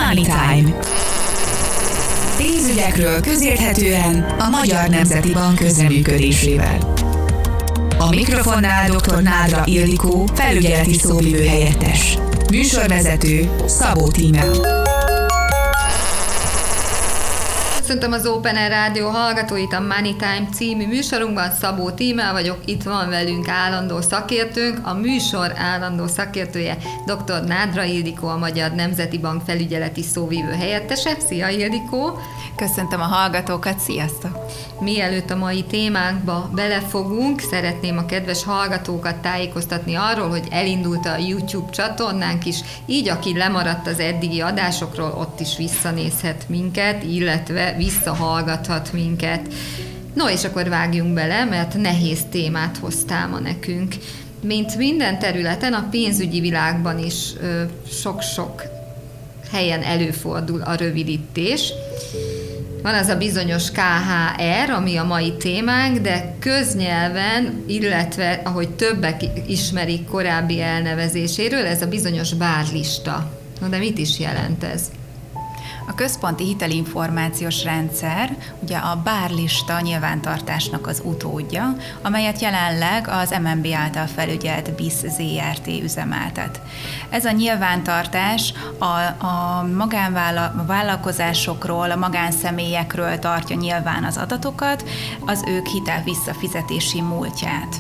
Money Time. Pénzügyekről közérthetően a Magyar Nemzeti Bank közreműködésével. A mikrofonnál dr. Nádra Ildikó, felügyeleti szóvivő helyettes. Műsorvezető Szabó Tímea. Köszöntöm az Open Air Rádió hallgatóit, a Money Time című műsorunkban. Szabó Tímea vagyok, itt van velünk állandó szakértőnk, a műsor állandó szakértője dr. Nádra Ildikó, a Magyar Nemzeti Bank felügyeleti szóvivő helyettese. Szia Ildikó! Köszöntöm a hallgatókat, sziasztok! Mielőtt a mai témánkba belefogunk, szeretném a kedves hallgatókat tájékoztatni arról, hogy elindult a YouTube csatornánk is, így aki lemaradt az eddigi adásokról, ott is visszanézhet minket, illetve visszahallgathat minket. No, és akkor vágjunk bele, mert nehéz témát hoztál ma nekünk. Mint minden területen, a pénzügyi világban is sok-sok helyen előfordul a rövidítés. Van az a bizonyos KHR, ami a mai témánk, de köznyelven, illetve ahogy többek ismerik korábbi elnevezéséről, ez a bizonyos bárlista. No, de mit is jelent ez? A központi hitelinformációs rendszer ugye a bárlista nyilvántartásnak az utódja, amelyet jelenleg az MNB által felügyelt BISZ ZRT üzemeltet. Ez a nyilvántartás a magánvállalkozásokról, a magánszemélyekről tartja nyilván az adatokat, az ők hitel visszafizetési múltját.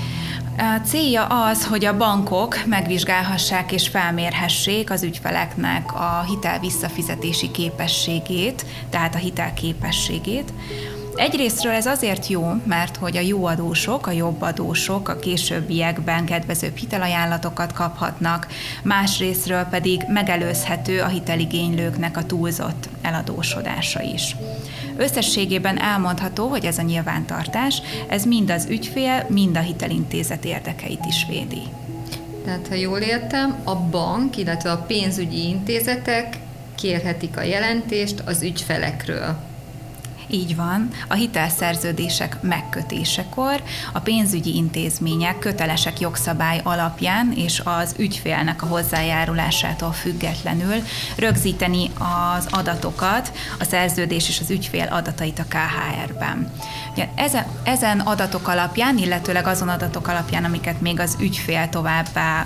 A célja az, hogy a bankok megvizsgálhassák és felmérhessék az ügyfeleknek a hitel visszafizetési képességét, tehát a hitelképességét. Egyrésztről ez azért jó, mert hogy a jó adósok, a jobb adósok a későbbiekben kedvezőbb hitelajánlatokat kaphatnak, másrésztről pedig megelőzhető a hiteligénylőknek a túlzott eladósodása is. Összességében elmondható, hogy ez a nyilvántartás, ez mind az ügyfél, mind a hitelintézet érdekeit is védi. Tehát, ha jól értem, a bank, illetve a pénzügyi intézetek kérhetik a jelentést az ügyfelekről. Így van, a hitelszerződések megkötésekor a pénzügyi intézmények kötelesek jogszabály alapján és az ügyfélnek a hozzájárulásától függetlenül rögzíteni az adatokat, a szerződés és az ügyfél adatait a KHR-ben. Ezen adatok alapján, illetőleg azon adatok alapján, amiket még az ügyfél továbbá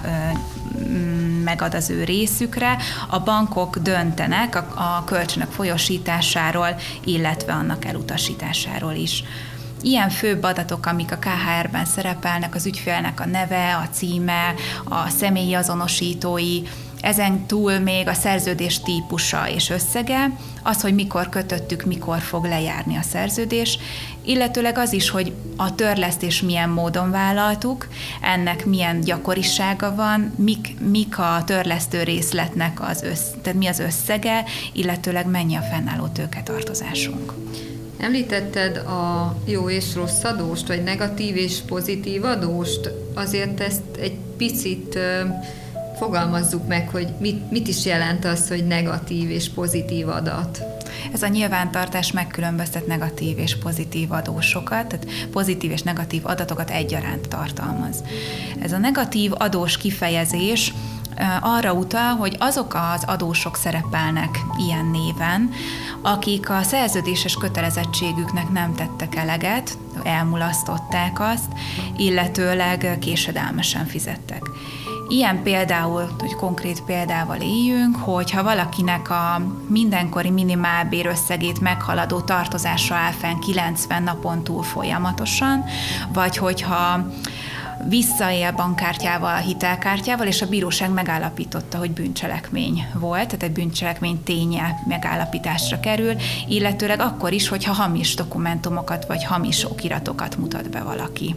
megad az ő részükre, a bankok döntenek a kölcsönök folyósításáról, illetve annak elutasításáról is. Ilyen főbb adatok, amik a KHR-ben szerepelnek, az ügyfélnek a neve, a címe, a személyi azonosítói, ezen túl még a szerződés típusa és összege, az, hogy mikor kötöttük, mikor fog lejárni a szerződés, illetőleg az is, hogy a törlesztés milyen módon vállaltuk, ennek milyen gyakorisága van, mik a törlesztő részletnek tehát mi az összege, illetőleg mennyi a fennálló tőketartozásunk. Említetted a jó és rossz adóst, vagy negatív és pozitív adóst, azért ezt egy picit fogalmazzuk meg, hogy mit is jelent az, hogy negatív és pozitív adat. Ez a nyilvántartás megkülönböztet negatív és pozitív adósokat, tehát pozitív és negatív adatokat egyaránt tartalmaz. Ez a negatív adós kifejezés arra utal, hogy azok az adósok szerepelnek ilyen néven, akik a szerződéses kötelezettségüknek nem tettek eleget, elmulasztották azt, illetőleg késedelmesen fizettek. Ilyen például, hogy konkrét példával éljünk, hogyha valakinek a mindenkori minimálbér összegét meghaladó tartozása áll fenn 90 napon túl folyamatosan, vagy hogyha visszaél bankkártyával, a hitelkártyával, és a bíróság megállapította, hogy bűncselekmény volt, tehát egy bűncselekmény ténye megállapításra kerül, illetőleg akkor is, hogyha hamis dokumentumokat vagy hamis okiratokat mutat be valaki.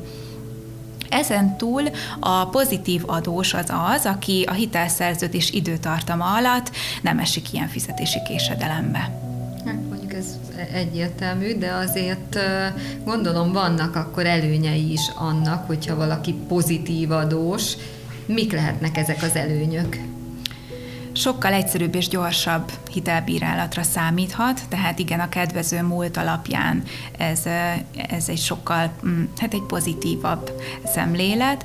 Ezen túl a pozitív adós az, aki a hitelszerződés időtartama alatt nem esik ilyen fizetési késedelembe. Hát mondjuk ez egyértelmű, de azért gondolom vannak akkor előnyei is annak, hogyha valaki pozitív adós. Mik lehetnek ezek az előnyök? Sokkal egyszerűbb és gyorsabb hitelbírálatra számíthat, tehát igen, a kedvező múlt alapján ez egy sokkal, egy pozitívabb szemlélet.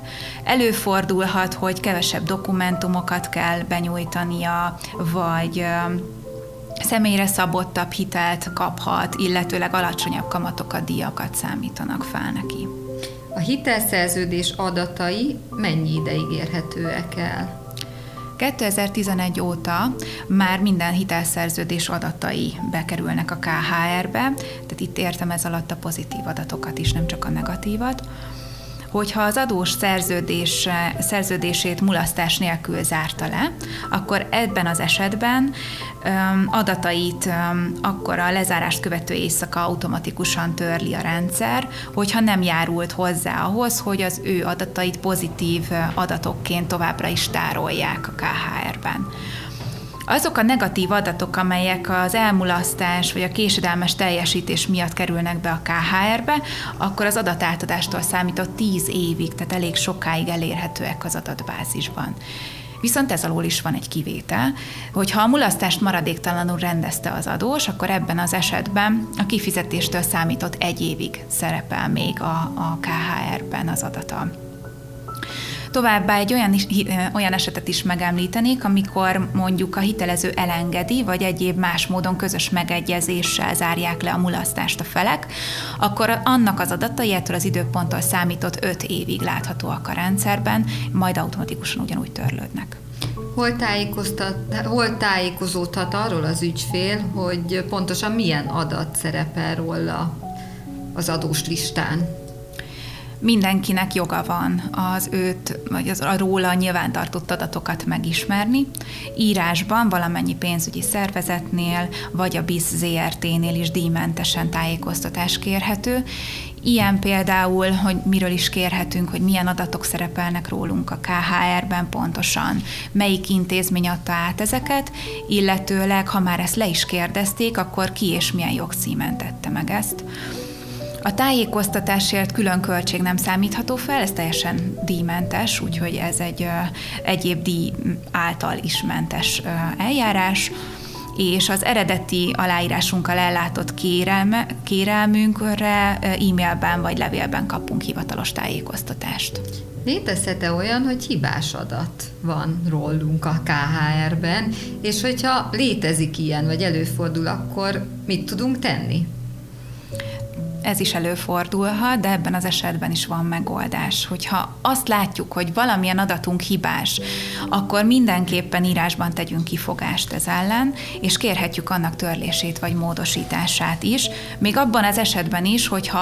Előfordulhat, hogy kevesebb dokumentumokat kell benyújtania, vagy személyre szabottabb hitelt kaphat, illetőleg alacsonyabb kamatokat, díjakat számítanak fel neki. A hitelszerződés adatai mennyi ideig érhetőek el? 2011 óta már minden hitelszerződés adatai bekerülnek a KHR-be, tehát itt értem ez alatt a pozitív adatokat is, nem csak a negatívat. Hogyha az adós szerződését mulasztás nélkül zárta le, akkor ebben az esetben adatait akkor a lezárást követő éjszaka automatikusan törli a rendszer, hogyha nem járult hozzá ahhoz, hogy az ő adatait pozitív adatokként továbbra is tárolják a KHR-ben. Azok a negatív adatok, amelyek az elmulasztás vagy a késedelmes teljesítés miatt kerülnek be a KHR-be, akkor az adatátadástól számított 10 évig, tehát elég sokáig elérhetőek az adatbázisban. Viszont ez alól is van egy kivétel, hogyha a mulasztást maradéktalanul rendezte az adós, akkor ebben az esetben a kifizetéstől számított 1 évig szerepel még a KHR-ben az adata. Továbbá egy olyan esetet is megemlítenék, amikor mondjuk a hitelező elengedi, vagy egyéb más módon közös megegyezéssel zárják le a mulasztást a felek, akkor annak az adatai ettől az időponttól számított 5 évig láthatóak a rendszerben, majd automatikusan ugyanúgy törlődnek. Hol tájékozódhat arról az ügyfél, hogy pontosan milyen adat szerepel róla az adós listán? Mindenkinek joga van az őt, vagy a róla nyilvántartott adatokat megismerni. Írásban valamennyi pénzügyi szervezetnél, vagy a BIS ZRT-nél is díjmentesen tájékoztatás kérhető. Ilyen például, hogy miről is kérhetünk, hogy milyen adatok szerepelnek rólunk a KHR-ben pontosan, melyik intézmény adta át ezeket, illetőleg, ha már ezt le is kérdezték, akkor ki és milyen jogcímen tette meg ezt. A tájékoztatásért külön költség nem számítható fel, ez teljesen díjmentes, úgyhogy ez egy egyéb díj által is mentes eljárás, és az eredeti aláírásunkkal ellátott kérelmünkre e-mailben vagy levélben kapunk hivatalos tájékoztatást. Létezhet-e olyan, hogy hibás adat van rólunk a KHR-ben, és hogyha létezik ilyen, vagy előfordul, akkor mit tudunk tenni? Ez is előfordulhat, de ebben az esetben is van megoldás. Hogyha azt látjuk, hogy valamilyen adatunk hibás, akkor mindenképpen írásban tegyünk kifogást ez ellen, és kérhetjük annak törlését vagy módosítását is. Még abban az esetben is, hogyha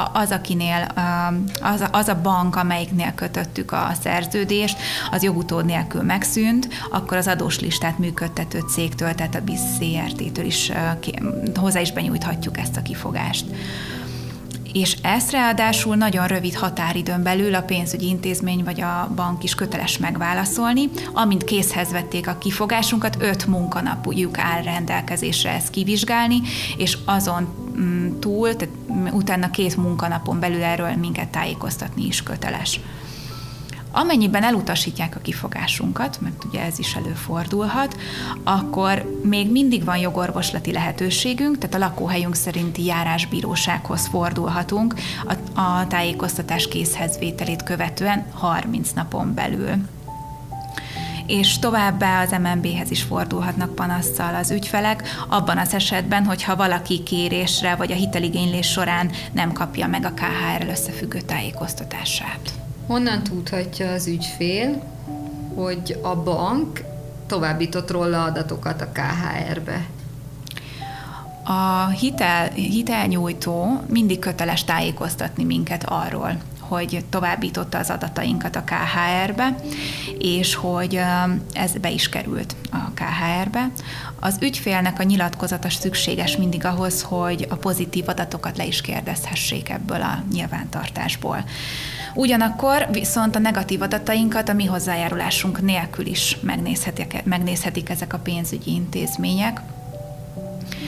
az a bank, amelyiknél kötöttük a szerződést, az jogutód nélkül megszűnt, akkor az adós listát működtető cégtől, tehát a BIS ZRT-től is hozzá is benyújthatjuk ezt a kifogást. És ezt ráadásul nagyon rövid határidőn belül a pénzügyi intézmény vagy a bank is köteles megválaszolni. Amint készhez vették a kifogásunkat, 5 munkanapjuk áll rendelkezésre ezt kivizsgálni, és azon túl, tehát utána 2 munkanapon belül erről minket tájékoztatni is köteles. Amennyiben elutasítják a kifogásunkat, mert ugye ez is előfordulhat, akkor még mindig van jogorvoslati lehetőségünk, tehát a lakóhelyünk szerinti járásbírósághoz fordulhatunk a tájékoztatás készhezvételét követően 30 napon belül. És továbbá az MNB-hez is fordulhatnak panasszal az ügyfelek, abban az esetben, hogyha valaki kérésre vagy a hiteligénylés során nem kapja meg a KHR-rel összefüggő tájékoztatását. Honnan tudhatja az ügyfél, hogy a bank továbbított róla adatokat a KHR-be? A hitelnyújtó mindig köteles tájékoztatni minket arról, hogy továbbította az adatainkat a KHR-be, és hogy ez be is került a KHR-be. Az ügyfélnek a nyilatkozata szükséges mindig ahhoz, hogy a pozitív adatokat le is kérdezhessék ebből a nyilvántartásból. Ugyanakkor viszont a negatív adatainkat a mi hozzájárulásunk nélkül is megnézhetik ezek a pénzügyi intézmények.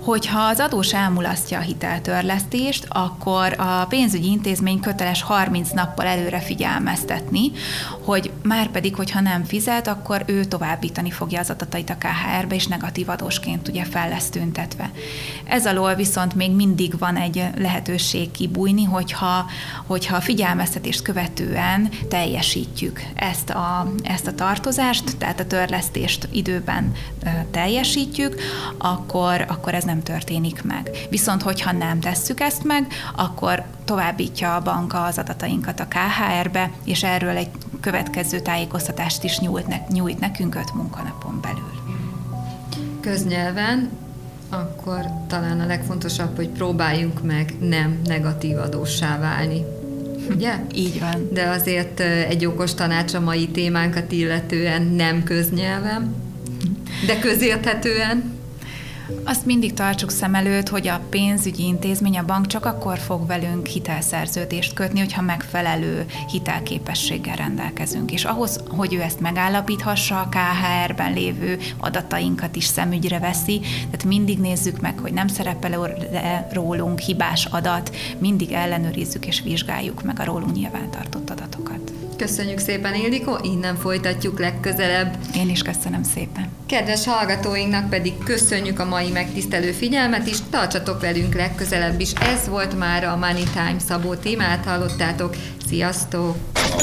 Hogyha az adós elmulasztja a hiteltörlesztést, akkor a pénzügyi intézmény köteles 30 nappal előre figyelmeztetni, hogy márpedig, hogyha nem fizet, akkor ő továbbítani fogja az adatait a KHR-be, és negatív adósként ugye fel lesz tüntetve. Ez alól viszont még mindig van egy lehetőség kibújni, hogyha a figyelmeztetést követően teljesítjük ezt a tartozást, tehát a törlesztést időben teljesítjük, akkor ez nem történik meg. Viszont, hogyha nem tesszük ezt meg, akkor továbbítja a bank az adatainkat a KHR-be, és erről egy következő tájékoztatást is nyújt nekünk 5 munkanapon belül. Köznyelven akkor talán a legfontosabb, hogy próbáljunk meg nem negatív adóssá válni. Ugye? Így van. De azért egy okos tanács a mai témánkat illetően nem köznyelven, de közérthetően. Azt mindig tartsuk szem előtt, hogy a pénzügyi intézmény, a bank csak akkor fog velünk hitelszerződést kötni, hogyha megfelelő hitelképességgel rendelkezünk. És ahhoz, hogy ő ezt megállapíthassa, a KHR-ben lévő adatainkat is szemügyre veszi, tehát mindig nézzük meg, hogy nem szerepel rólunk hibás adat, mindig ellenőrizzük és vizsgáljuk meg a rólunk nyilvántartott adatokat. Köszönjük szépen, Ildikó, innen folytatjuk legközelebb. Én is köszönöm szépen. Kedves hallgatóinknak pedig köszönjük a mai megtisztelő figyelmet is, tartsatok velünk legközelebb is. Ez volt már a Money Time, Szabó Tímát hallottátok. Sziasztok!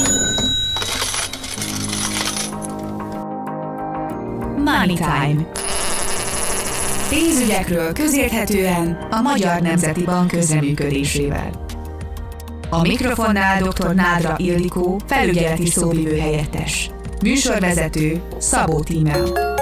Money Time. Pénzügyekről közérthetően a Magyar Nemzeti Bank közreműködésével. A mikrofonnál dr. Nádra Ildikó, felügyeleti szóvivő helyettes. Műsorvezető Szabó Tímea.